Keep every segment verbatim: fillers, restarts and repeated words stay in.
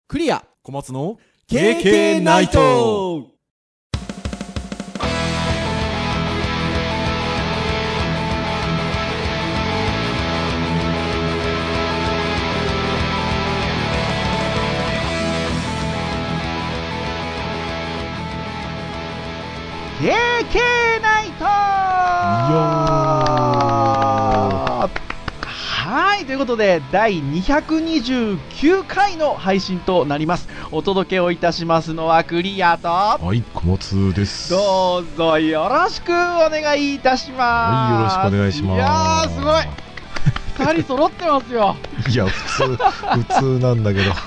クリア小松のケーケー ナイト。 ケーケー ナイト。はい、ということでだいにひゃくにじゅうきゅうかいの配信となります。お届けをいたしますのはクリアと、 はい、小松です。 どうぞよろしくお願いいたします。 はい、よろしくお願いします。 いやーすごいふたり揃ってますよ。 いや普通普通なんだけど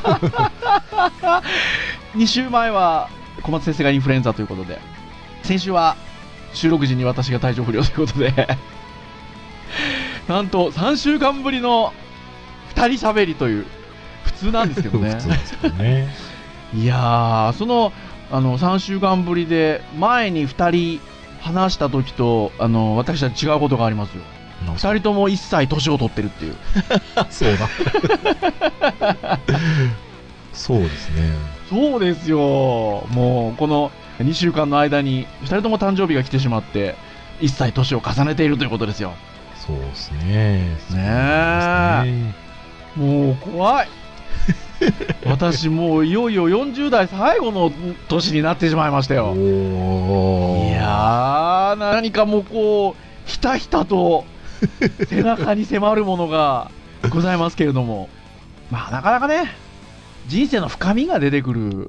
に週前は小松先生がインフルエンザということで、先週は収録時に私が体調不良ということでなんとさんしゅうかんぶりのふたりしゃべりという、普通なんですけどね普通ですけどねいやー、そのあのさんしゅうかんぶりで前にふたり話した時とあの私は違うことがありますよ。ふたりともいっさい年を取ってるっていうそうだそうですね。 そうですよ。もうこのにしゅうかんの間にふたりとも誕生日が来てしまっていっさい年を重ねているということですよ。 そうですね。 ねえ、もう怖い私もういよいよよんじゅうだい最後の年になってしまいましたよ。 おいやー、何かもうこうひたひたと背中に迫るものがございますけれどもまあなかなかね、人生の深みが出てくる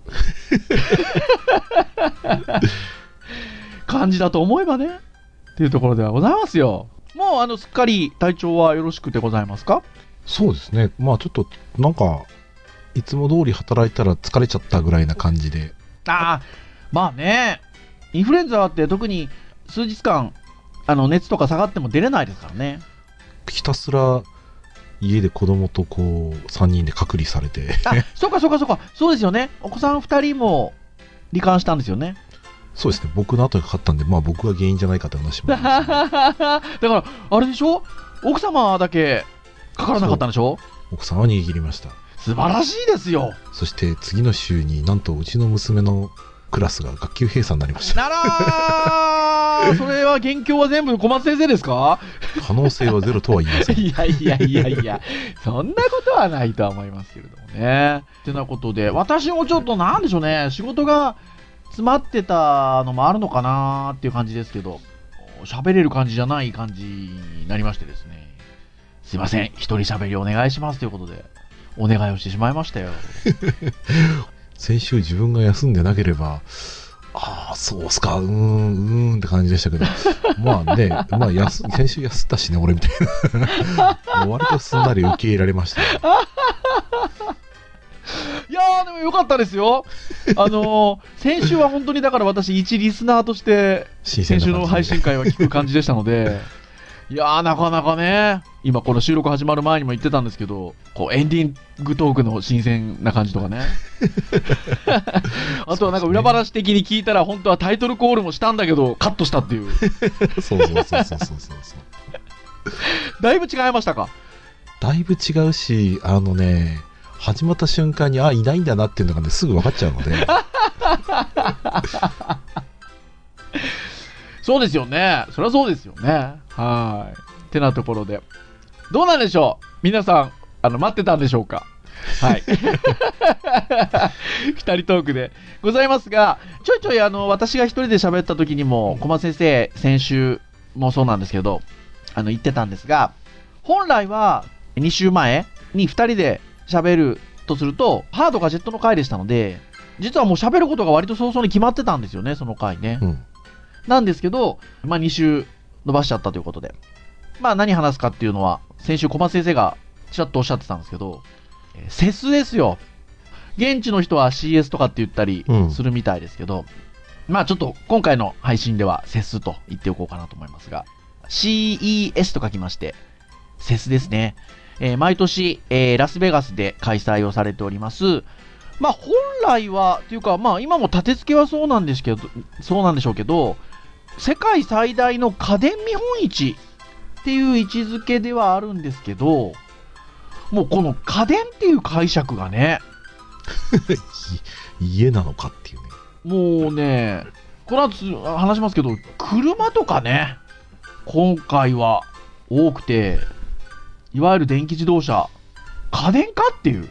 感じだと思えばねっていうところではございますよ。もうあのすっかり体調はよろしくてございますか？ そうですね。まあちょっとなんかいつも通り働いたら疲れちゃったぐらいな感じで。 ああ、まあね、インフルエンザって特に数日間あの熱とか下がっても出れないですからね。 ひたすら家で子供とこうさんにんで隔離されてあ、そうかそうかそうか、そうですよね。お子さんふたりも罹患したんですよね。 そうですね。僕の後にかかったんで、まあ僕が原因じゃないかって話もあります、ね、 だからあれでしょ、奥様だけかからなかったんでしょ。 奥さんは逃げ切りました。 素晴らしいですよ。 そして次の週になんとうちの娘のクラスが学級閉鎖になりました。 ならーそれは元凶は全部小松先生ですか？ 可能性はゼロとは言いませんいやいやいやいやそんなことはないとは思いますけれどもね。ってなことで私もちょっとなんでしょうね、仕事が詰まってたのもあるのかなーっていう感じですけど、喋れる感じじゃない感じになりましてですね、すいません、一人喋りお願いしますということでお願いをしてしまいましたよ先週自分が休んでなければ、ああそうっすか、うーんうーんって感じでしたけどまあね、まあやす先週休ったしね俺みたいな割とすんなり受け入れられましたいやーでもよかったですよ。あのー、先週は本当にだから私一リスナーとして先週の配信会は聞く感じでしたのでいやーなかなかね、今この収録始まる前にも言ってたんですけど、こうエンディングトークの新鮮な感じとかねあとはなんか裏話的に聞いたら本当はタイトルコールもしたんだけどカットしたっていうそうそうそうそうそうそうだいぶ違いましたか？ だいぶ違うし、あのね始まった瞬間にあいないんだなっていうのがねすぐ分かっちゃうのでそうですよね、そりゃそうですよね。はいってなところでどうなんでしょう、皆さんあの待ってたんでしょうか。はいふたりトークでございますが、ちょいちょいあの私が一人で喋った時にも小松先生先週もそうなんですけどあの言ってたんですが、本来はに週前にふたりで喋るとするとハードガジェットの回でしたので、実はもう喋ることが割と早々に決まってたんですよね、その回ね、うん、なんですけど、まあ、に週伸ばしちゃったということで、まあ何話すかっていうのは先週小松先生がちらっとおっしゃってたんですけど、セスですよ。現地の人は シーエス とかって言ったりするみたいですけど、うん、まあちょっと今回の配信ではセスと言っておこうかなと思いますが、 シーイーエス と書きましてセスですね。えー、毎年、えー、ラスベガスで開催をされております。まあ本来はというか、まあ今も立て付けはそうなんですけど、そうなんでしょうけど、世界最大の家電見本市っていう位置づけではあるんですけど、もうこの家電っていう解釈がね、 家なのかっていうね。 もうね、この後話しますけど、車とかね、今回は多くて、いわゆる電気自動車、家電かっていう。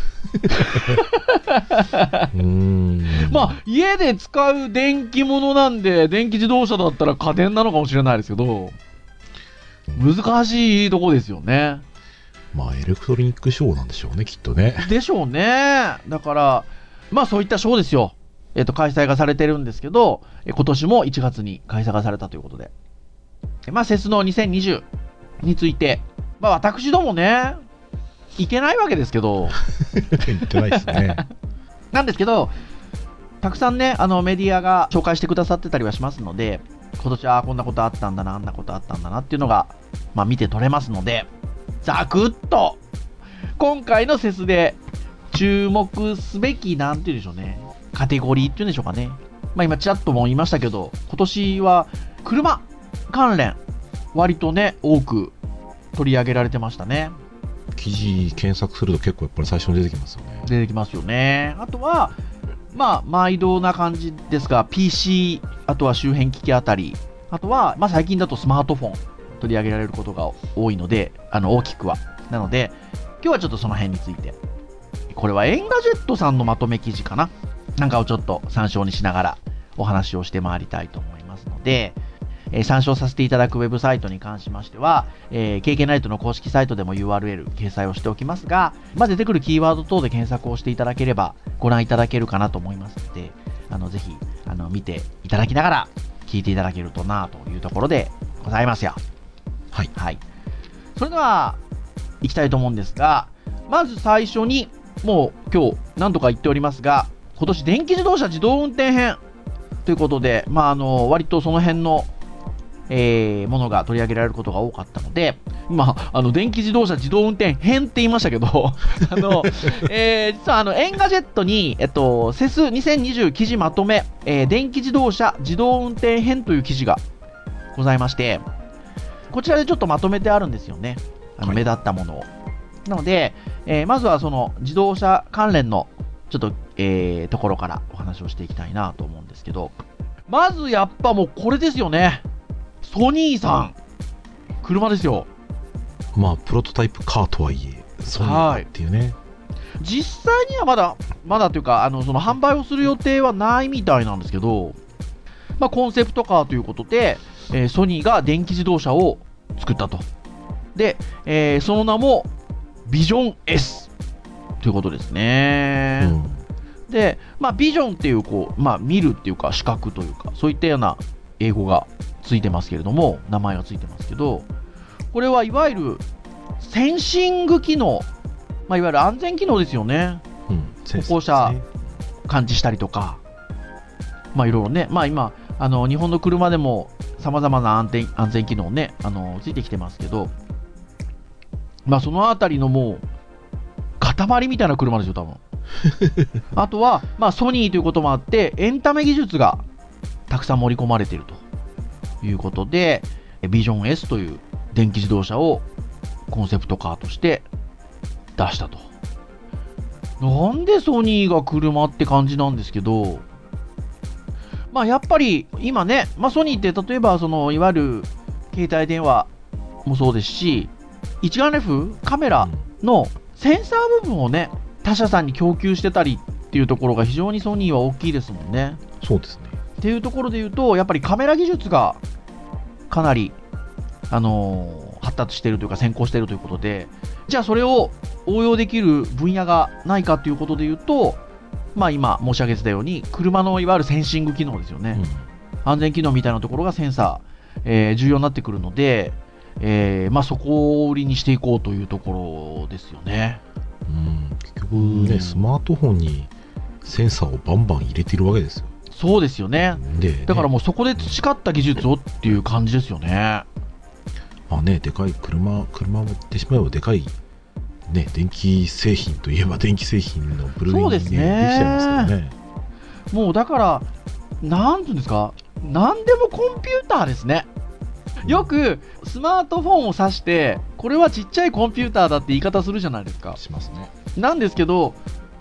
うーんまあ、家で使う電気物なんで、電気自動車だったら家電なのかもしれないですけど、難しいとこですよね。 まあエレクトロニックショーなんでしょうね、きっとね。 でしょうね。だから、まあそういったショーですよ。えっと、開催がされてるんですけど、え今年もいちがつに開催がされたということで。まあ、セスのにせんにじゅうについて、まあ私どもね、いけないわけですけど。 言ってないですね。 なんですけど、たくさんね、あのメディアが紹介してくださってたりはしますので、今年はこんなことあったんだな、あんなことあったんだなっていうのが、まあ見て取れますので、ざくっと、今回のセスで注目すべき、なんて言うんでしょうね、カテゴリーっていうんでしょうかね。まあ今ちらっとも言いましたけど、今年は車関連、割とね、多く取り上げられてましたね。 記事検索すると結構やっぱり最初に出てきますよね。 出てきますよね。あとは、まあ、毎度な感じですが、ピーシー、あとは周辺機器あたり、あとは、まあ最近だとスマートフォン取り上げられることが多いので、あの、大きくは。なので、今日はちょっとその辺について、これはエンガジェットさんのまとめ記事かななんかをちょっと参照にしながらお話をしてまいりたいと思いますので、えー、参照させていただくウェブサイトに関しましては、えー、ケーケーナイトの公式サイトでも ユーアールエル 掲載をしておきますが、まあ、出てくるキーワード等で検索をしていただければご覧いただけるかなと思いますので、あのぜひあの見ていただきながら聞いていただけるとなというところでございますよ。 はい。 はい。それでは行きたいと思うんですが、まず最初にもう今日何度か言っておりますが、今年電気自動車自動運転編ということで、まああの割とその辺のえー、ものが取り上げられることが多かったので、まあ、あの電気自動車自動運転編って言いましたけどあの、えー、実はあのエンガジェットに、えっと、セスにせんにじゅう記事まとめ、えー、電気自動車自動運転編という記事がございまして、こちらでちょっとまとめてあるんですよね、あの目立ったものを。なので、えー、まずはその自動車関連のちょっと、えー、ところからお話をしていきたいなと思うんですけど、まずやっぱもうこれですよね。ソニーさん、車ですよ。 まあプロトタイプカーとはいえソニーっていうね。 実際にはまだまだというか、あのその販売をする予定はないみたいなんですけど、まあ、コンセプトカーということで、えー、ソニーが電気自動車を作ったと。で、えー、その名もビジョン S ということですね。うん、で、まあ、ビジョンっていうこう、まあ、見るっていうか視覚というか、そういったような英語がついてますけれども、名前がついてますけど、これはいわゆるセンシング機能、まあ、いわゆる安全機能ですよね。うん、歩行者感知したりとか、まあいろいろね、まあ今あの日本の車でもさまざまな安全安全機能ね、あのついてきてますけど、まあそのあたりのもう塊みたいな車ですよ多分。あとはまあソニーということもあってエンタメ技術がたくさん盛り込まれているということで、ビジョン S という電気自動車をコンセプトカーとして出したと。なんでソニーが車って感じなんですけど、まあやっぱり今ね、まあ、ソニーって例えばそのいわゆる携帯電話もそうですし、一眼レフカメラのセンサー部分をね他社さんに供給してたりっていうところが非常にソニーは大きいですもんね。 そうですね。 っていうところで言うと、やっぱりカメラ技術がかなり、あのー、発達しているというか先行しているということで、じゃあそれを応用できる分野がないかということで言うと、まあ今申し上げてたように車のいわゆるセンシング機能ですよね、うん、安全機能みたいなところがセンサー、えー、重要になってくるので、えーまあ、そこを売りにしていこうというところですよね。 うん、結局ね、うん、スマートフォンにセンサーをバンバン入れてるわけですよ。 そうですよね。 でね、 だからもうそこで培った技術をっていう感じですよね。 まあね、でかい車車を持ってしまえばでかいね、電気製品といえば電気製品の部類に、ね、できちゃいますからね。 もうだからなんていうんですか、何でもコンピューターですね。よくスマートフォンを指してこれはちっちゃいコンピューターだって言い方するじゃないですか。 しますね。 なんですけど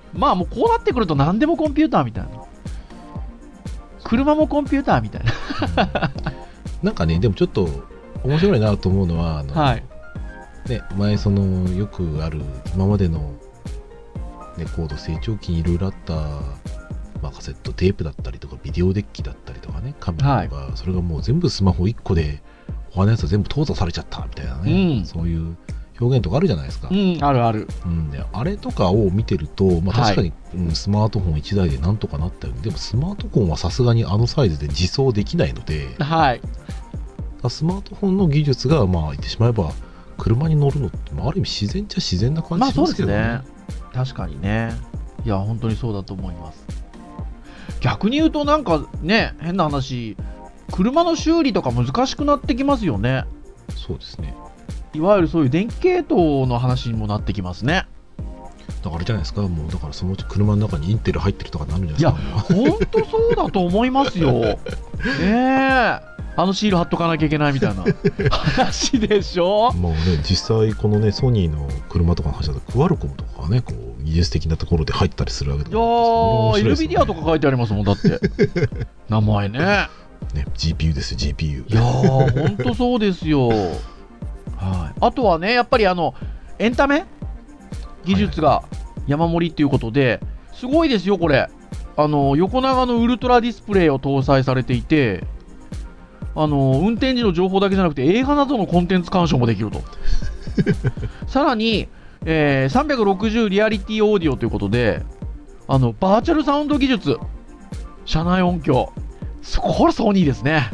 まあもうこうなってくると何でもコンピューターみたいな。車もコンピューターみたいな。 うん、なんかね、でもちょっと面白いなと思うのは、あの、 はい。 ね、前そのよくある今までのレコード成長期にいろいろあった、まあ、カセットテープだったりとかビデオデッキだったりとかね、カメラとか、はい、それがもう全部スマホいっこで他のやつは全部淘汰されちゃったみたいなね、うん、そういう表現とかあるじゃないですか。 うん、あるある、 うん、であれとかを見てると、まあ、確かに、はい、うん、スマートフォンいちだいでなんとかなったよね。でもスマートフォンはさすがにあのサイズで自走できないので、 はい、 スマートフォンの技術がまあ言ってしまえば車に乗るのって、まあ、ある意味自然っちゃ自然な感じしますけどね。 まあそうですね。確かにね。いや本当にそうだと思います。逆に言うとなんかね、変な話、車の修理とか難しくなってきますよね。 そうですね。 いわゆるそういう電気系統の話にもなってきますね。 だからあれじゃないですか、もうだからそのうち車の中にインテル入ってるとかなるんじゃないですか。 いや本当そうだと思いますよ。ねえ、あのシール貼っとかなきゃいけないみたいな話でしょ。 もうね、実際このねソニーの車とかの話だとクアルコムとかね、こう技術的なところで入ったりするわけで、 いやー、エルビディアとか書いてありますもん、だって名前ね。 ね、ジーピーユー ですよ ジーピーユー。 いやー本当そうですよ。はい、あとはね、やっぱりあのエンタメ技術が山盛りっていうことで、すごいですよこれ。あの横長のウルトラディスプレイを搭載されていて、あの運転時の情報だけじゃなくて映画などのコンテンツ鑑賞もできるとさらに、えー、さんびゃくろくじゅうリアリティオーディオということで、あのバーチャルサウンド技術、車内音響、これソニーですね。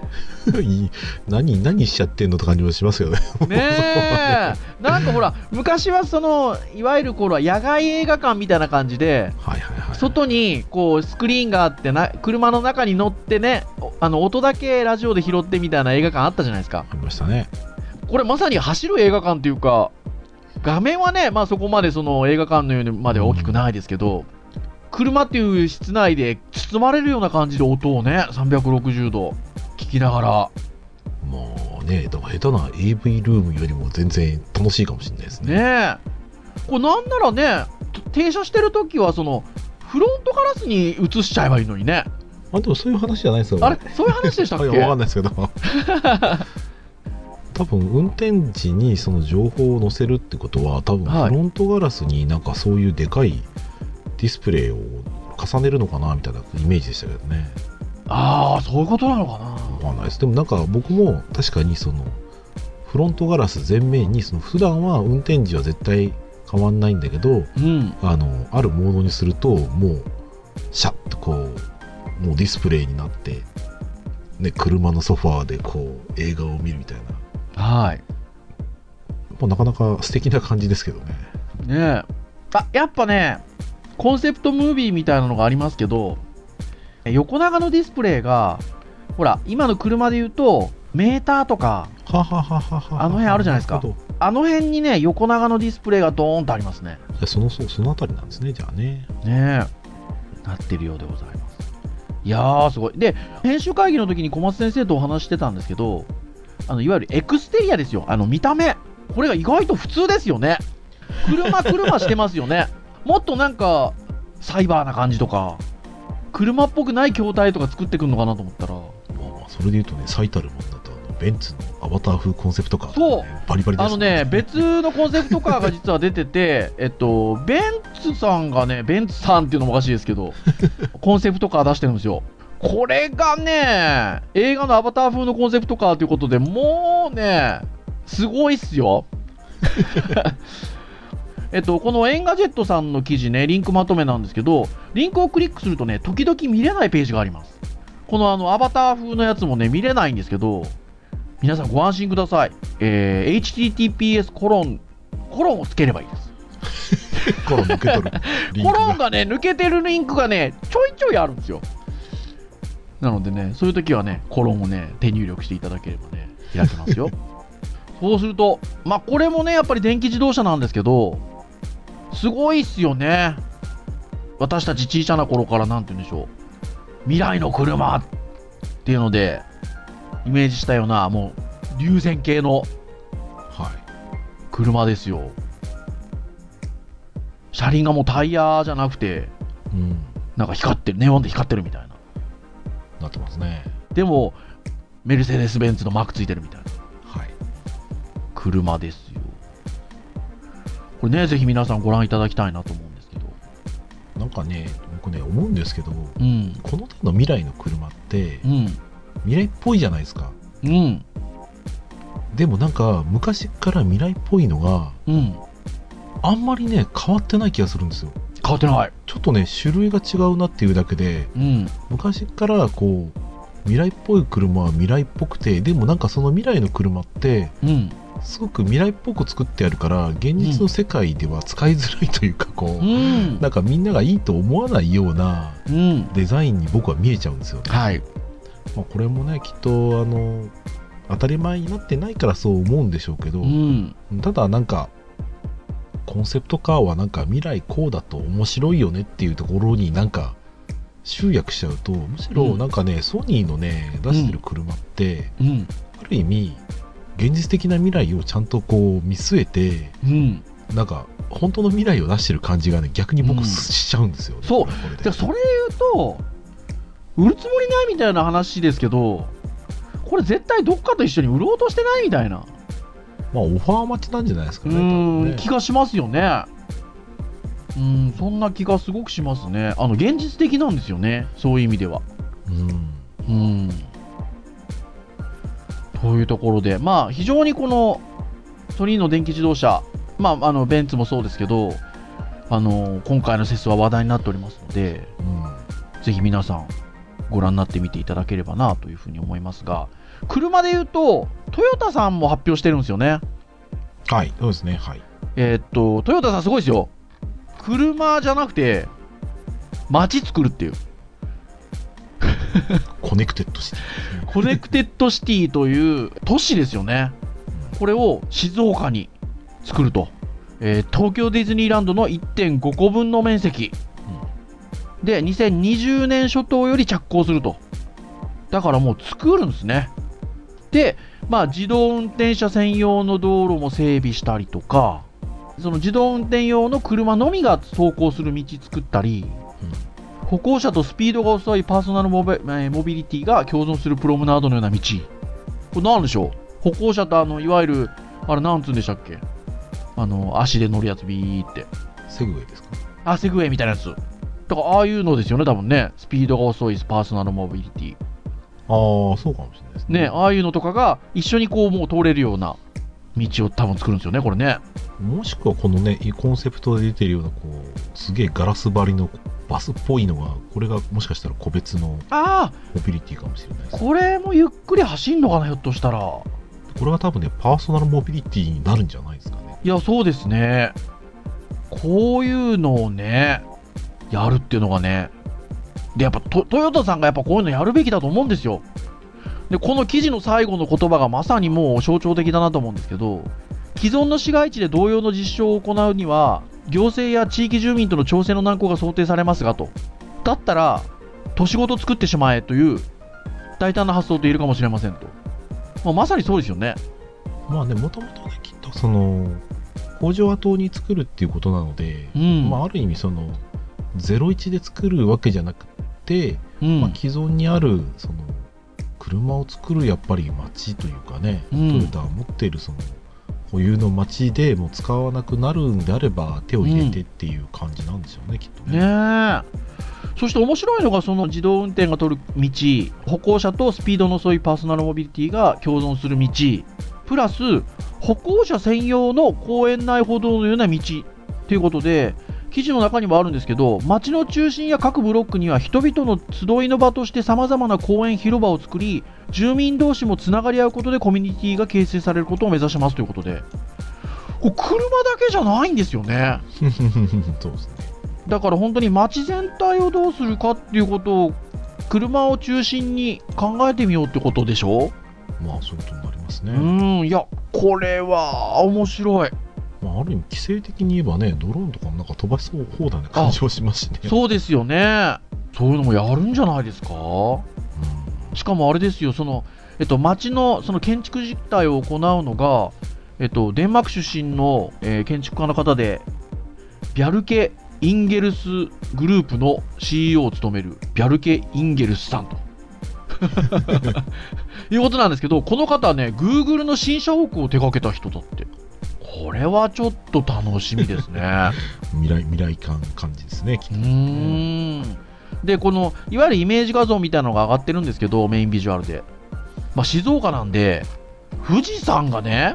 何何しちゃってんのって感じもしますよね。 ねえなんかほら昔はそのいわゆる頃は野外映画館みたいな感じで、 はいはいはい、 外にこうスクリーンがあってな、車の中に乗ってね、あの音だけラジオで拾ってみたいな映画館あったじゃないですか。 ありましたね。 これまさに走る映画館っていうか、画面はね、まあ、そこまでその映画館のようにまでは大きくないですけど、うん、車っていう室内で包まれるような感じで音をねさんびゃくろくじゅうど聞きながら、 もうね、だから下手な エーブイ ルームよりも全然楽しいかもしれないですね。 ねえ、これなんならね、停車してるときはそのフロントガラスに映しちゃえばいいのにね。 あ、でもそういう話じゃないですよ。 あれ、そういう話でしたっけ？ わかんないですけど多分運転時にその情報を載せるってことは、多分フロントガラスになんかそういうでかいディスプレイを重ねるのかなみたいなイメージでしたけどね。 ああ、そういうことなのかな。 わかんないです。でもなんか僕も確かにそのフロントガラス全面に、その普段は運転時は絶対変わんないんだけど、 うん、 あのあるモードにするともうシャッとこうもうディスプレイになって、ね、車のソファーでこう映画を見るみたいな。 はい。 まあ、なかなか素敵な感じですけどね。 ねえ。あ、やっぱね、コンセプトムービーみたいなのがありますけど、横長のディスプレイが、ほら、今の車で言うと、メーターとか、 はははははあの辺あるじゃないですか。あの辺にね、横長のディスプレイがドーンとありますね。 その、そそのあたりなんですね、じゃあね。 ねえ。なってるようでございます。いやー、すごい。で、編集会議の時に小松先生とお話してたんですけど、あのいわゆるエクステリアですよ。あの見た目。これが意外と普通ですよね。車、車してますよね。もっとなんか、サイバーな感じとか、車っぽくない筐体とか作ってくるのかなと思ったら、まあ、それで言うとね、最たるもんだとあのベンツのアバター風コンセプトカー、ね、 そうバリバリです、ね、 あのね、別のコンセプトカーが実は出ててえっとベンツさんがね、ベンツさんっていうのもおかしいですけどコンセプトカー出してるんですよ。これがね、映画のアバター風のコンセプトカーということで、もうねすごいっすよえっと、このエンガジェットさんの記事ね、リンクまとめなんですけど、リンクをクリックするとね、時々見れないページがあります。このあのアバター風のやつもね、見れないんですけど、皆さんご安心ください。えー、エイチティーティーピーエス コロン、コロンをつければいいです。 コロン抜け取るリンクが。 コロンがね、抜けてるリンクがね、ちょいちょいあるんですよ。なのでね、そういう時はね、コロンをね、手入力していただければね、開けますよ。そうすると、まあこれもね、やっぱり電気自動車なんですけど、すごいっすよね。私たち小さな頃からなんて言うんでしょう、未来の車っていうのでイメージしたような、もう流線形の車ですよ。 車輪がもうタイヤじゃなくて、 うん、 なんか光ってる、ネオンで光ってるみたいな。 なってますね。 でもメルセデス・ベンツのマークついてるみたいな、 はい、 車ですよ。これね、ぜひ皆さんご覧いただきたいなと思うんですけど。 なんかね、僕ね思うんですけど、 うん、 この手の未来の車って、 うん、 未来っぽいじゃないですか。 うん、 でもなんか昔から未来っぽいのが、 うん、 あんまりね変わってない気がするんですよ。 変わってない。 ちょっとね種類が違うなっていうだけで、 うん、 昔からこう未来っぽい車は未来っぽくて、でもなんかその未来の車ってうん、 すごく未来っぽく作ってあるから現実の世界では使いづらいというか、こう、 うん、 なんかみんながいいと思わないようなうん、 デザインに僕は見えちゃうんですよね。 はい。 まあ、これもねきっとあの当たり前になってないからそう思うんでしょうけど、 うん、 ただなんかコンセプトカーはなんか未来こうだと面白いよねっていうところになんか集約しちゃうと、むしろなんかね、うん、ソニーのね出してる車って、うん、ある意味現実的な未来をちゃんとこう見据えて、うん、なんか本当の未来を出してる感じがね逆に僕、うん、しちゃうんですよね。 そうじゃあそれ言うと売るつもりないみたいな話ですけど、これ絶対どっかと一緒に売ろうとしてないみたいな、 まあオファー待ちなんじゃないですかね。うーん、 ね気がしますよね。うん、そんな気がすごくしますね。あの現実的なんですよね、そういう意味では。うん、うん、というところで、まあ非常にこのソニーの電気自動車、まああのベンツもそうですけど、あの今回のセスは話題になっておりますので、うん、ぜひ皆さんご覧になってみていただければなというふうに思いますが、車でいうとトヨタさんも発表してるんですよね。 はい、そうですね。はい。 えー、っとトヨタさんすごいですよ。車じゃなくて街作るっていうコネクテッドシティコネクテッドシティという都市ですよね。これを静岡に作ると、えー、東京ディズニーランドの いってんご 個分の面積、うん、でにせんにじゅうねん初頭より着工すると。だからもう作るんですね。で、まあ、自動運転車専用の道路も整備したりとか、その自動運転用の車のみが走行する道作ったり、うん、歩行者とスピードが遅いパーソナルモビ、モビリティが共存するプロムナードのような道。これ何でしょう。歩行者とあのいわゆるあれなんつうんでしたっけ、あの足で乗るやつビーってセグウェイですか。 あ、セグウェイみたいなやつだからああいうのですよね多分ね。スピードが遅いパーソナルモビリティ。 ああ、そうかもしれないですね。 ね、ああいうのとかが一緒にこうもう通れるような道を多分作るんですよね、これね。 もしくはこのね、コンセプトで出てるようなこうすげえガラス張りのバスっぽいのが、これがもしかしたら個別のモビリティかもしれないです、ね。 これもゆっくり走んのかな、ひょっとしたら。これは多分ね、パーソナルモビリティになるんじゃないですかね。 いや、そうですね。こういうのをね、やるっていうのがね、でやっぱト、トヨタさんがやっぱこういうのやるべきだと思うんですよ。でこの記事の最後の言葉がまさにもう象徴的だなと思うんですけど、既存の市街地で同様の実証を行うには行政や地域住民との調整の難航が想定されますがと、だったら都市ごと作ってしまえという大胆な発想と言えるかもしれませんと、まあ、まさにそうですよね。 まあね、もともとねきっとその工場跡に作るっていうことなので、うん、まあ、ある意味そのゼロイチで作るわけじゃなくて、うん、まあ、既存にあるその車を作るやっぱり街というかね、うん、トヨタが持っているその保有の街でもう使わなくなるんであれば手を入れてっていう感じなんでしょうね、うん、きっとね。 ねえ。そして面白いのがその自動運転が取る道、歩行者とスピードの遅いパーソナルモビリティが共存する道、プラス歩行者専用の公園内歩道のような道ということで、記事の中にもあるんですけど、街の中心や各ブロックには人々の集いの場としてさまざまな公園広場を作り、住民同士もつながり合うことでコミュニティが形成されることを目指しますということで、これ車だけじゃないんですよね。 そうですね。 だから本当に街全体をどうするかっていうことを車を中心に考えてみようってことでしょ。 まあそういうことになりますね。 うん、いやこれは面白い。 まあ、ある意味規制的に言えばね、ドローンとかもなんか飛ばしそう方だね感じはしますしね。 そうですよね。そういうのもやるんじゃないですか。うん、しかもあれですよ、その、えっと、街のその建築実態を行うのが、えっと、デンマーク出身の、えー、建築家の方で、 ビャルケ・インゲルスグループの シーイーオー を務めるビャルケ・インゲルスさんということなんですけど、この方はね Google の新社屋を手掛けた人だって。これはちょっと楽しみですね未来未来感感じですね、きっと。 うーんでこのいわゆるイメージ画像みたいなのが上がってるんですけど、メインビジュアルで、まあ、静岡なんで富士山がね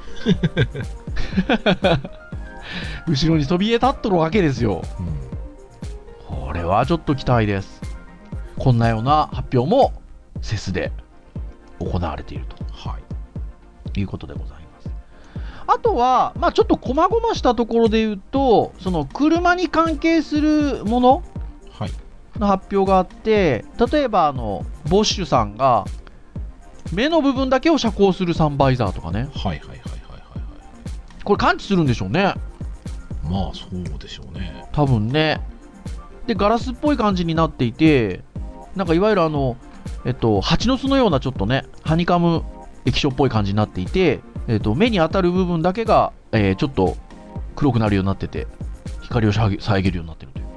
後ろにそびえ立っとるわけですよ、うん、これはちょっと期待です。こんなような発表もセスで行われていると、はい、いうことでございます。あとは、まあ、ちょっと細々したところで言うと、その車に関係するものの発表があって、例えばあのボッシュさんが目の部分だけを遮光するサンバイザーとかね。はいはいはいはいはいはい。これ感知するんでしょうね。 まあそうでしょうね。 多分ね。でガラスっぽい感じになっていて、なんかいわゆるあのえっと蜂の巣のようなちょっとねハニカム液晶っぽい感じになっていて、えっと目に当たる部分だけが、えー、ちょっと黒くなるようになってて、光を遮るようになってるという。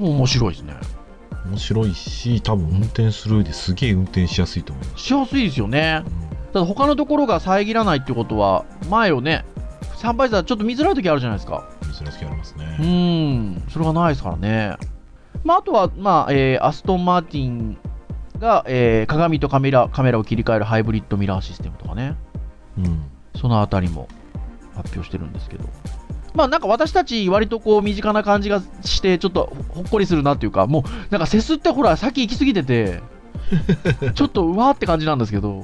面白いですね。 面白いし、多分運転する上ですげえ運転しやすいと思います。 しやすいですよね、うん、ただ他のところが遮らないってことは、前をねサンバイザーちょっと見づらい時あるじゃないですか。 見づらい時ありますね。 うーん、それがないですからね。まあ、あとは、まあえー、アストンマーティンが、えー、鏡とカメラカメラを切り替えるハイブリッドミラーシステムとかね、うん、そのあたりも発表してるんですけど、まあなんか私たち割とこう身近な感じがしてちょっとほっこりするなっていうか、もうなんかセスってほら先行き過ぎててちょっとうわーって感じなんですけど、うん、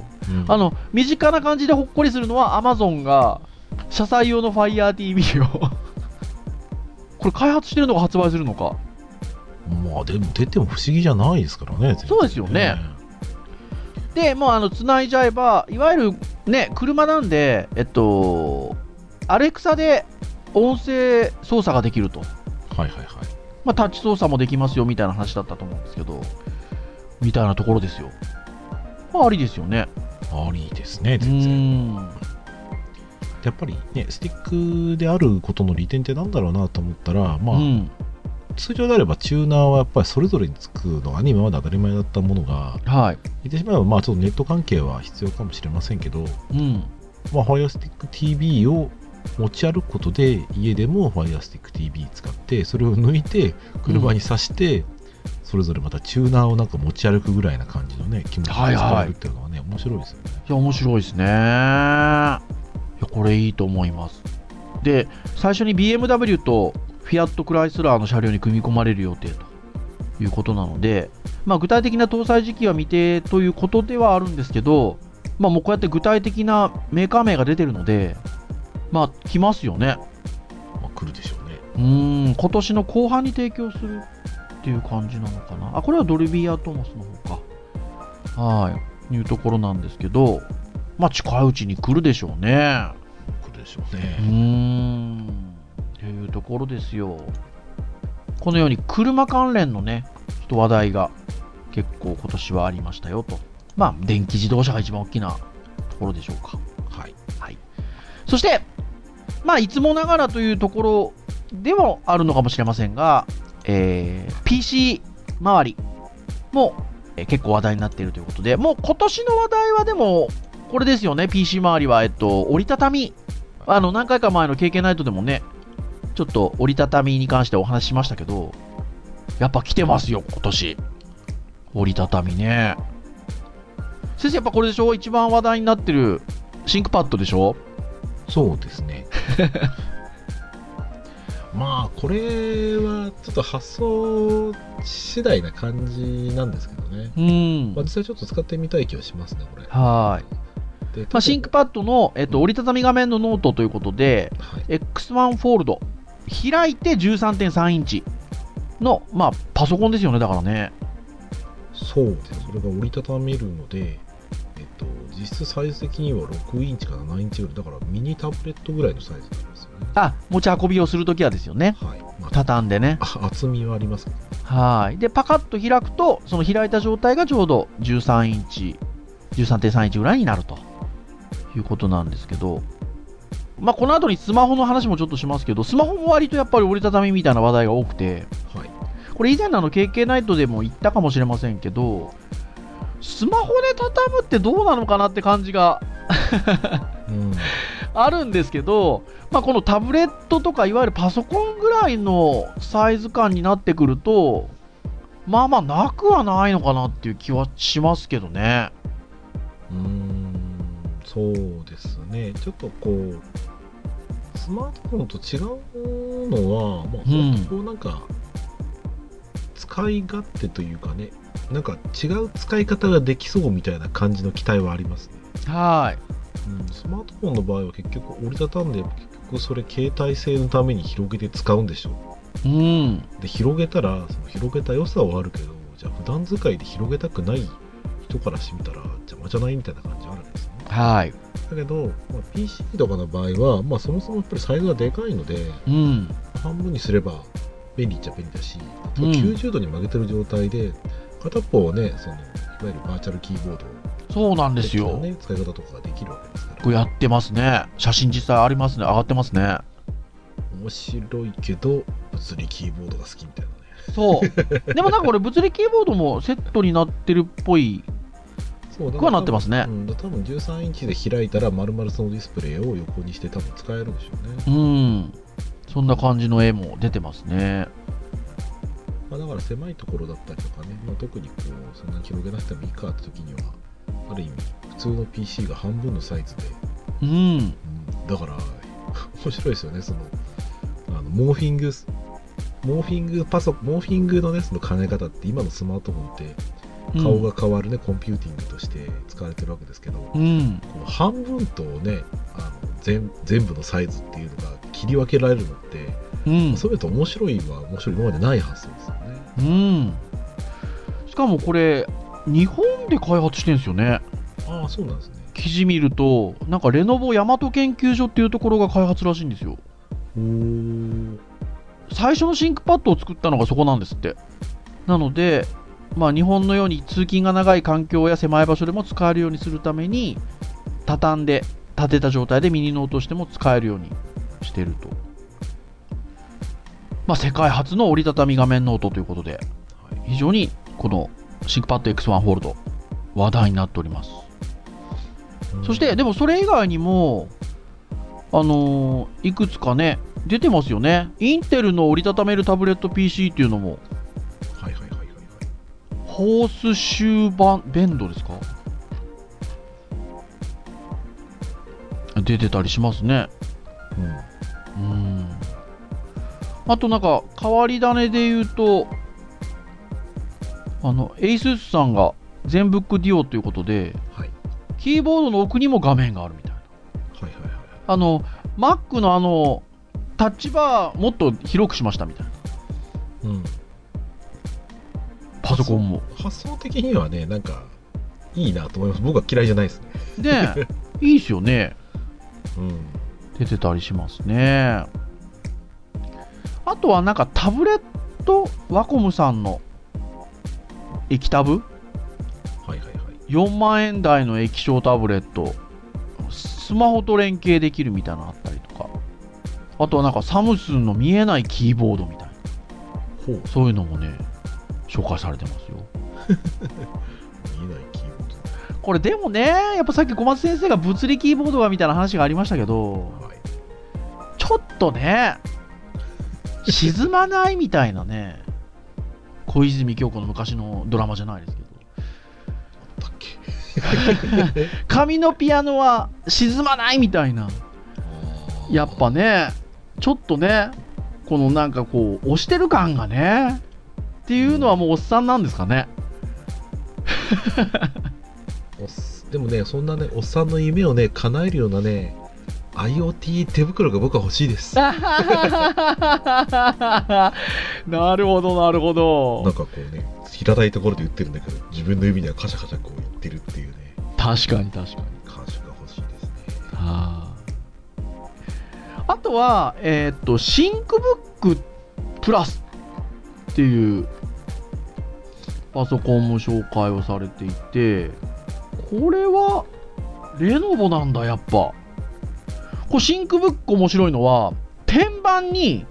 あの身近な感じでほっこりするのは Amazon が車載用の Fire ティービー をこれ開発してるのか発売するのか、 まあでも出ても不思議じゃないですからね。 そうですよね。でもうあの繋いじゃえば、いわゆるね車なんで、えっとアレクサで音声操作ができると、はいはいはい、まあ、タッチ操作もできますよみたいな話だったと思うんですけど、みたいなところですよ。まあ、ありですよね。 ありですね、全然。やっぱりね、スティックであることの利点ってなんだろうなと思ったら、まあ、うん、通常であればチューナーはやっぱりそれぞれにつくのが今まで当たり前だったものが、はい、言ってしまえばまあちょっとネット関係は必要かもしれませんけど、うん、まあ、Fire Stick ティービー を持ち歩くことで家でも Fire Stick ティービー 使ってそれを抜いて車に挿して、うん、それぞれまたチューナーをなんか持ち歩くぐらいな感じのね気持ちで使えるっていうのはね、はいはい、面白いですよね。 いや面白いですね。いやこれいいと思います。で最初に ビーエムダブリュー とフィアットクライスラーの車両に組み込まれる予定ということなので、まあ、具体的な搭載時期は未定ということではあるんですけど、まあ、もうこうやって具体的なメーカー名が出てるので、まあ来ますよね。 まあ、来るでしょうね。 うーん、今年の後半に提供するっていう感じなのかな。あ、これはドルビーアトモスの方か。はい、いうところなんですけど、まあ近いうちに来るでしょうね。 来るでしょうね。 うーん、というところですよ。このように車関連のね、ちょっと話題が結構今年はありましたよと。まあ電気自動車が一番大きなところでしょうか。はい。はい。そしてまあいつもながらというところでもあるのかもしれませんが、えー、ピーシー 周りも、えー、結構話題になっているということで、もう今年の話題はでもこれですよね。 ピーシー 周りは、えっと、折りたたみ、あの何回か前の ケーケー ナイトでもねちょっと折りたたみに関してお話ししましたけど、やっぱ来てますよ今年折りたたみね。先生やっぱこれでしょ、一番話題になってるシンクパッドでしょ。 そうですねまあこれはちょっと発想次第な感じなんですけどね。うん、まあ、実際ちょっと使ってみたい気はしますねこれ。はい。 で、まあ、シンクパッドの、えっと、折りたたみ画面のノートということで、はい、エックスワン フォールド開いて じゅうさんてんさん インチの、まあ、パソコンですよね。だからね。 そうです。それが折りたためるので、えっと、実質サイズ的にはろくインチからななインチぐらいだからミニタブレットぐらいのサイズになりますよね。 あ、持ち運びをするときはですよね。はい。まあ、畳んでね。 厚みはありますけど、ね。 はい。でパカッと開くとその開いた状態がちょうどじゅうさんインチ じゅうさんてんさん インチぐらいになるということなんですけど、 まあ、この後にスマホの話もちょっとしますけど、スマホも割とやっぱり折りたたみみたいな話題が多くて、 はい。 これ以前のあの ケーケー ナイトでも言ったかもしれませんけど、スマホで畳むってどうなのかなって感じがうん。 あるんですけど、まあ、このタブレットとかいわゆるパソコンぐらいのサイズ感になってくると、まあまあなくはないのかなっていう気はしますけどね。 うーん、そうですね。ちょっとこう、スマートフォンと違うのは、まあ、 うんこうなんか、使い勝手というかね、なんか違う使い方ができそうみたいな感じの期待はありますね。 はうん、スマートフォンの場合は結局折りたたんで、結局それ携帯性のために広げて使うんでしょう。 い。うん。 で、広げたら、その広げた良さはあるけど、じゃあ普段使いで広げたくない人からしてみたら邪魔じゃないみたいな感じはあるんですよね。 はい。 だけど、まあ、ピーシー とかの場合は、まあ、そもそもやっぱりサイズがでかいので、 うん。 半分にすれば便利っちゃ便利だし、 うんきゅうじゅうどに曲げてる状態で、片方はね、そのいわゆるバーチャルキーボードそうなんですよ。 ね、使い方とかができるわけですから。 これやってますね。写真実際ありますね。上がってますね。 面白いけど、物理キーボードが好きみたいなね。 そう。でもなんかこれ物理キーボードもセットになってるっぽい。 そうだこうはなってますねうん、だ多分じゅうさんインチで開いたら丸々そのディスプレイを横にして多分使えるんでしょうね。 うん。そんな感じの絵も出てますね。 まあ、だから狭いところだったりとかね、まあ、特にこうそんなに広げなくてもいいかって時にはある意味普通の ピーシー が半分のサイズで、 うん。 うん、だから面白いですよね。そのあのモーフィングモーフィングパソモーフィングのねその兼ね方って今のスマートフォンって顔が変わるね、コンピューティングとして使われてるわけですけど、 うん。 この半分とねあの 全, 全部のサイズっていうのが切り分けられるのって、 うん。 そういうと面白いは面白い今までない発想ですよね。 うん。しかもこれ、日本で開発してるんですよね。 ああ、そうなんですね。 記事見ると、なんかレノボ大和研究所っていうところが開発らしいんですよ。 おー。 最初のシンクパッドを作ったのがそこなんですって。なので、まあ、日本のように通勤が長い環境や狭い場所でも使えるようにするために、畳んで立てた状態でミニノートとしても使えるようにしてると。まあ、世界初の折りたたみ画面ノートということで、非常にこのシンクパッド エックスワン フォールド話題になっております。そしてでもそれ以外にもあのー、いくつかね出てますよね。インテルの折りたためるタブレット ピーシー っていうのも、 はいはいはいはいはい。 ホースシューバンベンドですか、出てたりしますね。 うん。 うん。あとなんか変わり種で言うと、あのエイスースさんが全ブックデュオということで、 はいキーボードの奥にも画面があるみたいな。 はいはいはい。 あの Mac のあのタッチバーもっと広くしましたみたいな。 うん。 パソコンも発想的にはね、なんかいいなと思います。僕は嫌いじゃないですね。 ねえいいですよね。 うん。 出てたりしますね。あとはなんかタブレットワコムさんの液タブはいはいはい。 よんまんえん台の液晶タブレット、スマホと連携できるみたいなのあったりとか、あとはなんかサムスンの見えないキーボードみたいな、 ほう。 そういうのもね紹介されてますよ。 見えないキーボード。 これでもね、やっぱさっき小松先生が物理キーボードはみたいな話がありましたけど、 はい。 ちょっとね沈まないみたいなね、小泉今日子の昔のドラマじゃないですけど、 だっけ。 紙のピアノは沈まないみたいな、やっぱねちょっとねこのなんかこう押してる感がねっていうのはもうおっさんなんですかね。 おっでもね、そんなね、おっさんの夢をね、叶えるようなね、IoT 手袋が僕は欲しいです。 なるほどなるほなんど。 かこうね、平たいところで言ってるんだけど、自分の指にはカシャカシャこう言ってるっていうね、 確かに確かに。 感触が欲しいですね。 はあ、あとはえーっとシンクブックプラスっていうパソコンも紹介をされていて、これはレノボなんだやっぱ。 これシンクブック面白いのは、天板に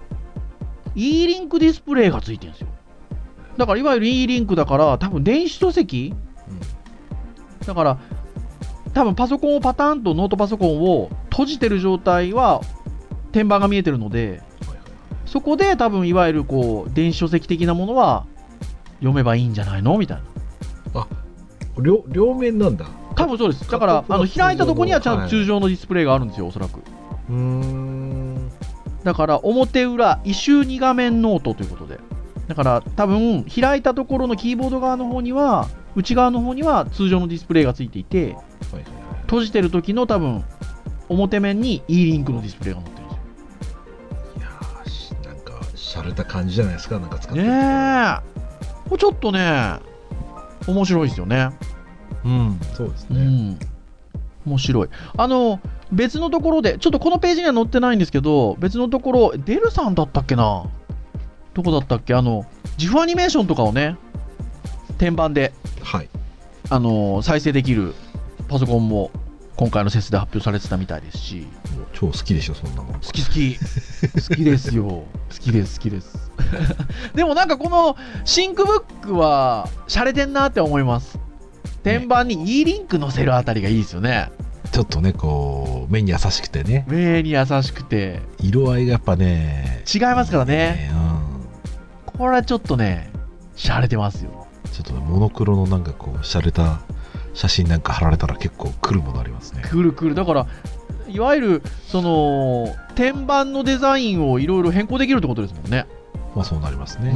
E リンクディスプレイがついてるんですよ。だからいわゆる E リンクだから、多分電子書籍、うん、だから多分パソコンをパターンとノートパソコンを閉じてる状態は天板が見えてるので、そこで多分いわゆるこう電子書籍的なものは読めばいいんじゃないのみたいな。 あ、両、両面なんだ。 多分そうです。だからあの開いたとこにはちゃんと通常のディスプレイがあるんですよ、おそらく。 うーん。 だから表裏異臭に画面ノートということで、だから多分開いたところのキーボード側の方には、内側の方には通常のディスプレイがついていて、はいはいはい、閉じてる時の多分表面に E リンクのディスプレイが載ってるんですよ。 いやー、なんか洒落た感じじゃないですか、なんか使ってる。 ねえ、これちょっとね面白いですよね。 うん、そうですね。うん、 面白い。あの別のところで、ちょっとこのページには載ってないんですけど、別のところ、デルさんだったっけな、どこだったっけ、あの ジフ アニメーションとかをね、天板で、 はい、 あの再生できるパソコンも今回のセスで発表されてたみたいですし、 超好きでしょ、そんなもん。 好き好き好きですよ、好きです好きですでもなんかこのシンクブックは洒落てんなって思います。天板に E リンク載せるあたりがいいですよね。 ちょっとね、こう目に優しくてね、 目に優しくて色合いがやっぱね違いますからね。 いいね、うん、 これはちょっとね洒落てますよ。 ちょっと、ね、モノクロのなんかこう洒落た写真なんか貼られたら結構来るものありますね。 来る来る。だからいわゆるその天板のデザインをいろいろ変更できるってことですもんね。 まあそうなりますね。 うん、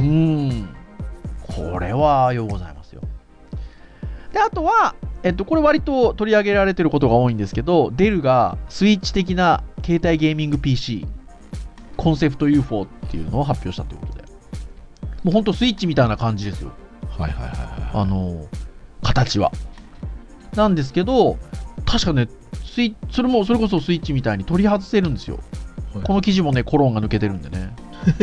これはようございますよ。であとは、えっと、これ割と取り上げられてることが多いんですけど、デルがスイッチ的な携帯ゲーミング ピーシー コンセプト ユーフォー っていうのを発表したということで、もうほんとスイッチみたいな感じですよ。 はいはいはい、はい、 あの形はなんですけど、確かねスイそれもそれこそスイッチみたいに取り外せるんですよ、はい、この記事もねコロンが抜けてるんでね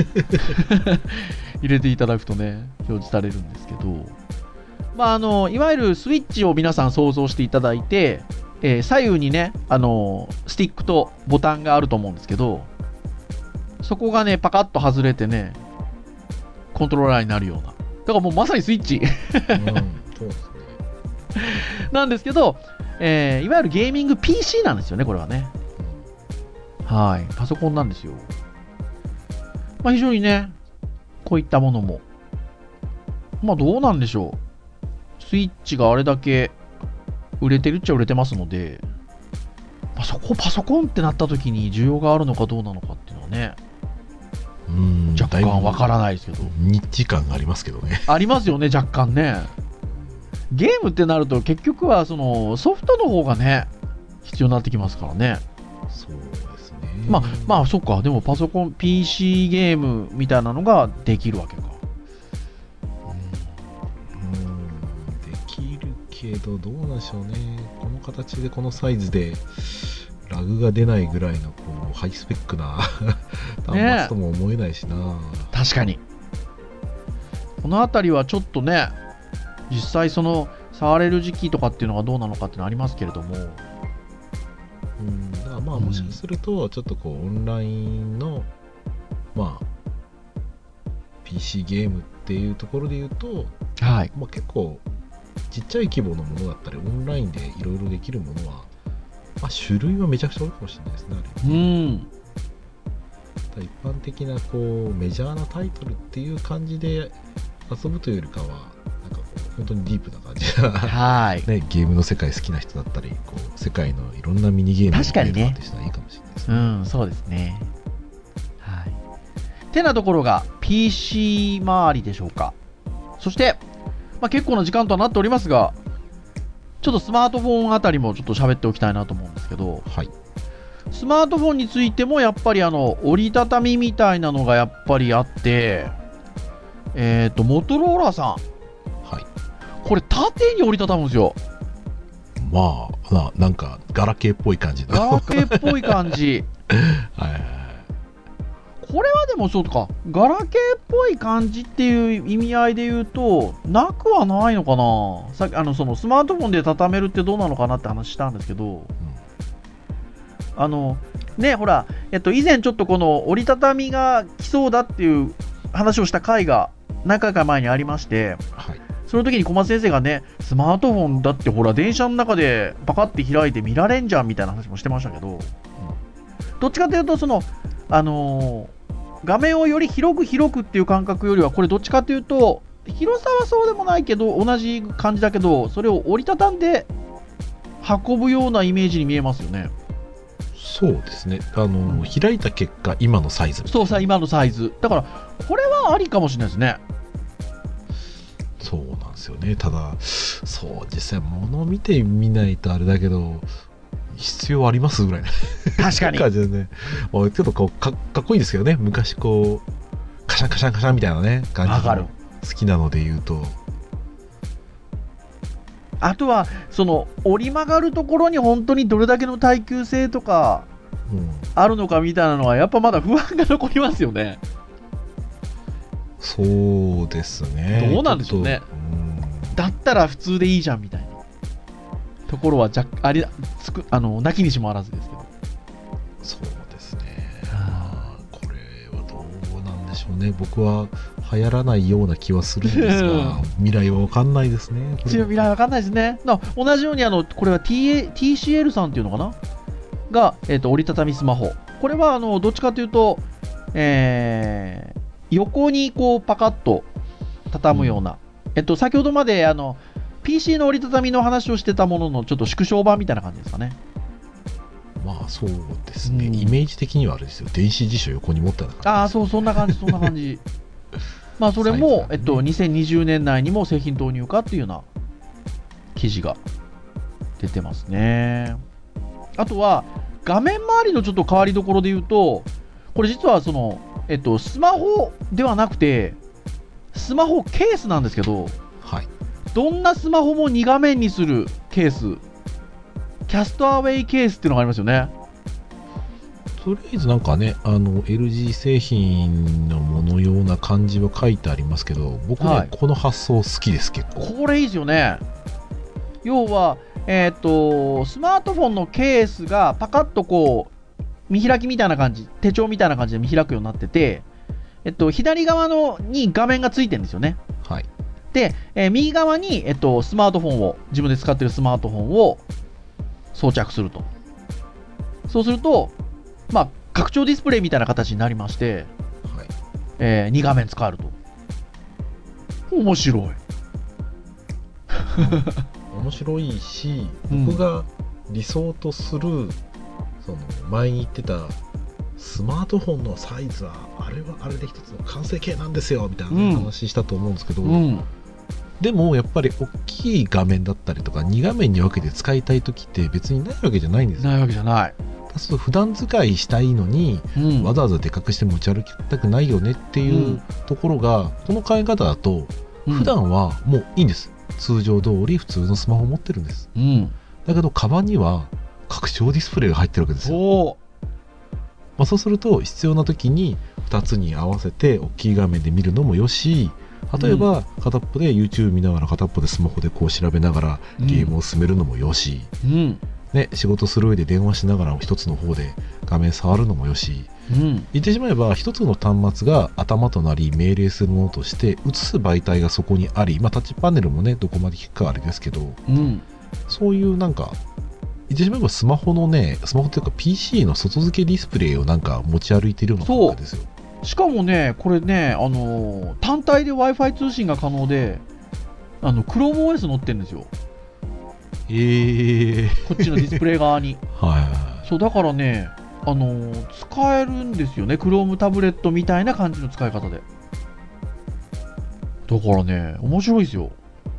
入れていただくとね表示されるんですけど、まあ、あのいわゆるスイッチを皆さん想像していただいて、えー、左右にねあのスティックとボタンがあると思うんですけど、そこがねパカッと外れてねコントローラーになるような、だからもうまさにスイッチ、うん、 そうですねなんですけど、えー、いわゆるゲーミング ピーシー なんですよね、これはね。はい、パソコンなんですよ。まあ、非常にねこういったものもまあどうなんでしょう、スイッチがあれだけ売れてるっちゃ売れてますので、まあ、そこパソコンってなった時に需要があるのかどうなのかっていうのはね、 うーん若干わからないですけど、 ニッチ感がありますけどね。 ありますよね、若干ね。ゲームってなると結局はそのソフトの方がね必要になってきますからね。 そうですね。 まあまあそっか、でもパソコン ピーシー ゲームみたいなのができるわけか。 うん、うんできるけどどうなんでしょうね。この形でこのサイズでラグが出ないぐらいのこうハイスペックな端末とも思えないしな、ね、 確かにこのあたりはちょっとね実際その触れる時期とかっていうのがどうなのかっていうのはありますけれども、 うん、だからまあもしかするとちょっとこうオンラインのまあ ピーシー ゲームっていうところで言うと、 はい、 まあ、結構ちっちゃい規模のものだったりオンラインでいろいろできるものは、まあ、種類はめちゃくちゃ多いかもしれないですね。あれうん、 一般的なこうメジャーなタイトルっていう感じで遊ぶというよりかはなんかこう本当にディープな感じな、 はいね、ゲームの世界好きな人だったりこう世界のいろんなミニゲームを確かにねってしたらいいかもしれないですね。 うん、そうですね。はい。てなところが ピーシー 周りでしょうか。そして、まあ、結構な時間とはなっておりますが、ちょっとスマートフォンあたりもちょっと喋っておきたいなと思うんですけど、 はい、 スマートフォンについてもやっぱりあの折りたたみみたいなのがやっぱりあって、えっとモトローラさん、 はい、 これ縦に折りたたむんですよ。 まあな、なんかガラケーっぽい感じガラケーっぽい感じはいはい、 これはでもそうか、ガラケーっぽい感じっていう意味合いで言うとなくはないのかな。さっきあのそのスマートフォンで畳めるってどうなのかなって話したんですけど、うん、あのね、ほら、えっと、以前ちょっとこの折りたたみが来そうだっていう話をした回が何回か前にありまして、 はい。 その時に小松先生がね、スマートフォンだってほら、電車の中でパカって開いて見られんじゃんみたいな話もしてましたけど、うん、どっちかというと、その、あのー、画面をより広く広くっていう感覚よりは、これどっちかというと、広さはそうでもないけど、同じ感じだけど、それを折りたたんで運ぶようなイメージに見えますよね。 そうですね。あの、うん、開いた結果、今のサイズ。 そうさ、今のサイズ。だから、これはありかもしれないですね。 そうなんですよね。ただ、そう、実際、物を見てみないとあれだけど、必要ありますぐらい。 確かに。 感じでね。ちょっとこうか、かっこいいですけどね。昔こう、カシャンカシャンカシャンみたいなね、感じが好きなので言うと。 あとはその折り曲がるところに本当にどれだけの耐久性とかあるのかみたいなのはやっぱまだ不安が残りますよね。 そうですね。 どうなんでしょうね。うん、だったら普通でいいじゃんみたいなところは若ありつくあのなきにしもあらずですけど。 そうですね。まあ、これはどうなんでしょうね。僕は流行らないような気はするんですが未来は分かんないですね。 未来は分かんないですね。同じようにあのこれは ティーエー ティーシーエル さんっていうのかなが、えー、と折りたたみスマホ。これはあのどっちかというと、えー、横にこうパカッと畳むような、うんえっと、先ほどまであの ピーシー の折りたたみの話をしてたもののちょっと縮小版みたいな感じですかね。 まあそうですね、うん、イメージ的にはあれですよ。電子辞書横に持ったような感じ。 ああそうそんな感じそんな感じまあそれも、ねえっと、にせんにじゅうねん内にも製品投入かっていうような記事が出てますね。あとは画面周りのちょっと変わりどころで言うと、これ実はその、えっと、スマホではなくてスマホケースなんですけど、 はい、 どんなスマホもに画面にするケース、キャストアウェイケースっていうのがありますよね。 とりあえずなんかね、あの エルジー 製品のものような感じは書いてありますけど、僕ね、はい、この発想好きです。結構これいいですよね。要は、えー、とスマートフォンのケースがパカッとこう見開きみたいな感じ、手帳みたいな感じで見開くようになってて、えっと、左側のに画面がついてるんですよね。 はい、 で、えー、右側に、えっと、スマートフォンを自分で使っているスマートフォンを装着すると。そうするとまあ、拡張ディスプレイみたいな形になりまして、はいえー、に画面使えると。面白い面白いし、僕が理想とする、うん、その前に言ってたスマートフォンのサイズはあれはあれで一つの完成形なんですよみたいな、ねうん、話したと思うんですけど、うん、でもやっぱり大きい画面だったりとかに画面に分けて使いたい時って別にないわけじゃないんですよ。 ないわけじゃない。 そう普段使いしたいのに、うん、わざわざでかくして持ち歩きたくないよねっていうところが、うん、この考え方だと普段はもういいんです、うん、通常通り普通のスマホを持ってるんです、うん、だけどカバンには拡張ディスプレイが入ってるわけですよ。まあ、そうすると必要な時にふたつに合わせて大きい画面で見るのもよし、例えば片っぽで YouTube 見ながら片っぽでスマホでこう調べながらゲームを進めるのもよし、うんね、仕事する上で電話しながら一つの方で画面触るのもよし、うん、言ってしまえば一つの端末が頭となり命令するものとして映す媒体がそこにあり、まあ、タッチパネルもねどこまで効くかあれですけど、うん、そういうなんか言ってしまえばスマホのねスマホというか ピーシー の外付けディスプレイをなんか持ち歩いているような感覚ですよ。 しかもねこれね、あのー、単体で Wi-Fi 通信が可能であの ChromeOS 載ってるんですよ。 えー、 こっちのディスプレイ側にはい、 そうだからね、あのー、使えるんですよね。 Chrome タブレットみたいな感じの使い方で。だからね面白いですよ。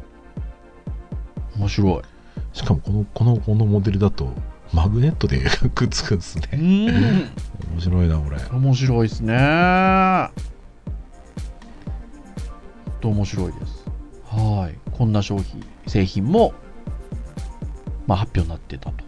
面白い。 しかもこのこのこのモデルだとマグネットでくっつくんですね。うん面白いなこれ。 面白いですね。と面白いです。はい、こんな商品製品もまあ、発表になってたと、はい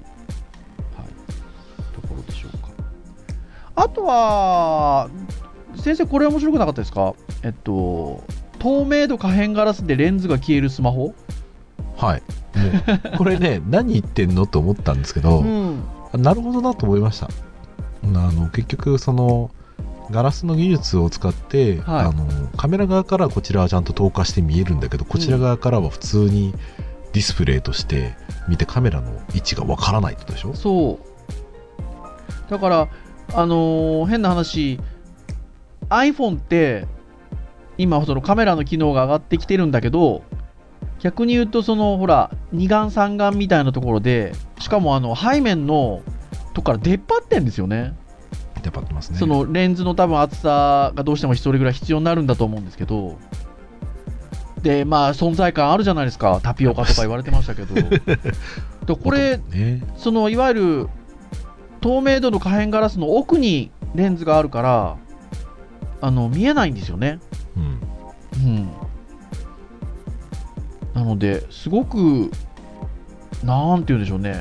、ところでしょうか。あとは先生これ面白くなかったですか？えっと透明度可変ガラスでレンズが消えるスマホ。 はいもうこれね何言ってんのと思ったんですけど、うん、なるほどなと思いました。 あの結局そのガラスの技術を使って、はい、あのカメラ側からこちらはちゃんと透過して見えるんだけど、こちら側からは普通にディスプレイとして見てカメラの位置がわからないってことでしょ。 そうだからあのー、変な話 iPhone って今そのカメラの機能が上がってきてるんだけど、逆に言うとそのほら二眼三眼みたいなところで、しかもあの背面のとこから出っ張ってんですよね。 出っ張ってますね。 そのレンズの多分厚さがどうしてもそれぐらい必要になるんだと思うんですけど、でまあ存在感あるじゃないですか。タピオカとか言われてましたけどでこれ、ね、そのいわゆる透明度の可変ガラスの奥にレンズがあるからあの見えないんですよね。うん、うん、なのですごくなんて言うんでしょうね、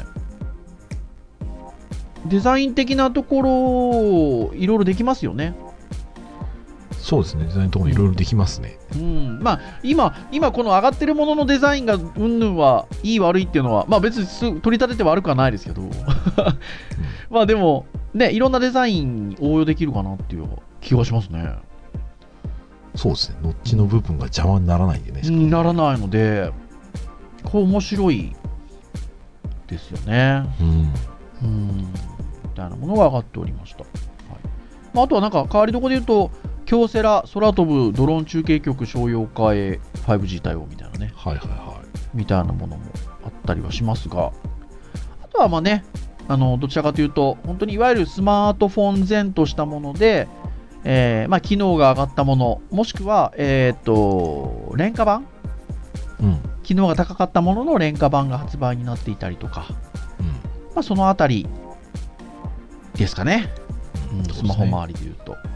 デザイン的なところいろいろできますよね。 そうですね、デザインのところいろいろできますね。 うん、うん、まあ今今この上がってるもののデザインがうんぬんはいい悪いっていうのはまあ別にす取り立てて悪くはないですけど、うん、まあでもね、いろんなデザインに応用できるかなっていう気がしますね。 そうですね、ノッチの部分が邪魔にならないんでね。 にならないのでこれ面白いですよね。うん、うんみたいなものが上がっておりました。はい、まあ、あとはなんか変わりどころで言うと京セラ空飛ぶドローン中継局商用化へ ファイブジー 対応みたいなね、 はいはいはい、 みたいなものもあったりはしますが、あとはまあね、あのどちらかというと本当にいわゆるスマートフォン前としたもので、えーまあ、機能が上がったもの、もしくは、えー、と廉価版、うん、機能が高かったものの廉価版が発売になっていたりとか、うん、まあ、そのあたりですかね、うん、スマホ周りでいうと、はい、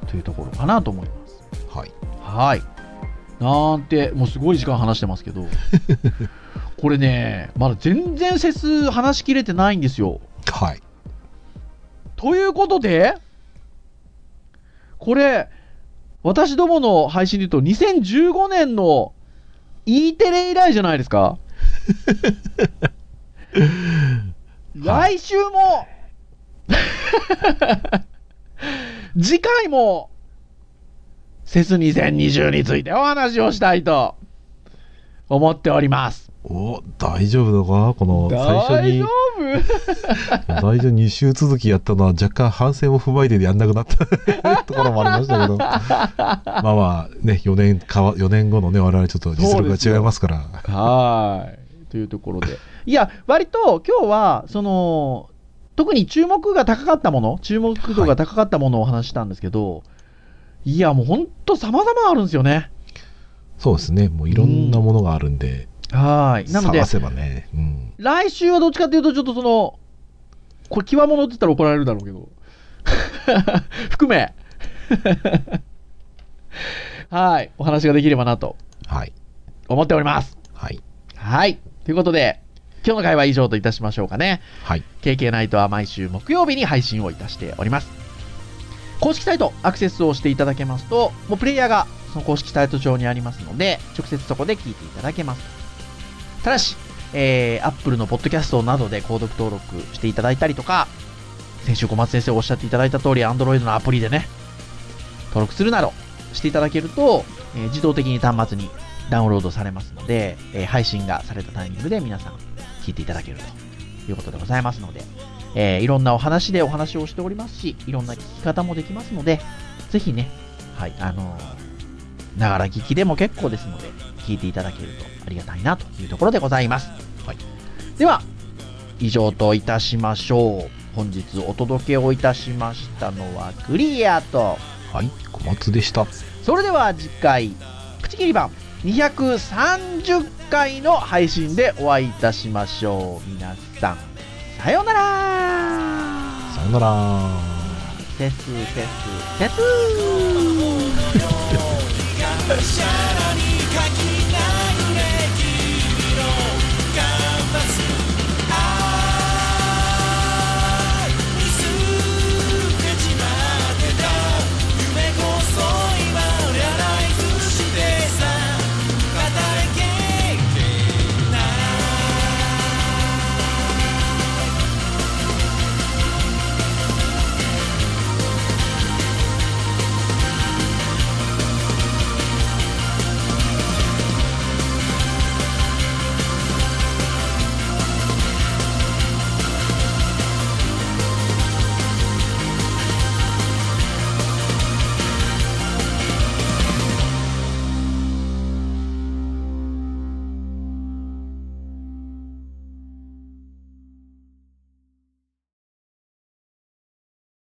というところかなと思います。はい、はい、なんてもうすごい時間話してますけどこれねまだ全然セス話しきれてないんですよ。はい、ということでこれ私どもの配信で言うとにせんじゅうごねんの E テレ以来じゃないですか来週も次回もセスにせんにじゅうについてお話をしたいと思っております。 お、大丈夫だか、この最初に大丈夫最初に週続きやったのは若干反省を踏まえてやんなくなったところもありましたけどまあまあね、よねんかわよねんごのね我々ちょっと実力が違いますから、 はいというところで、いや割と今日はその特に注目が高かったもの、注目度が高かったものをお話ししたんですけど、はい、いやもうほんと様々あるんですよね。 そうですね、もういろんなものがあるんで、 うん、はいなので探せばね、うん、来週はどっちかというとちょっとそのこれ極物って言ったら怒られるだろうけど含めはいお話ができればなと思っております。はい、はい、ということで今日の会は以上といたしましょうかね。はい、ケーケー ナイトは毎週木曜日に配信をいたしております。公式サイトアクセスをしていただけますと、もうプレイヤーがその公式サイト上にありますので直接そこで聞いていただけます。ただし、えー、Apple のポッドキャストなどで購読登録していただいたりとか、先週小松先生おっしゃっていただいた通り Android のアプリでね登録するなどしていただけると、えー、自動的に端末にダウンロードされますので、えー、配信がされたタイミングで皆さん聞いていただけるということでございますので、えー、いろんなお話でお話をしておりますし、いろんな聞き方もできますので、ぜひね、はい、あのー、ながら聞きでも結構ですので聞いていただけるとありがたいなというところでございます。はい、では以上といたしましょう。本日お届けをいたしましたのはクリアと、 はい、小松でした。 それでは次回プチ切り版にひゃくさんじゅっかいの配信でお会いいたしましょう。皆さんさようなら。 さようなら。 セスセスセス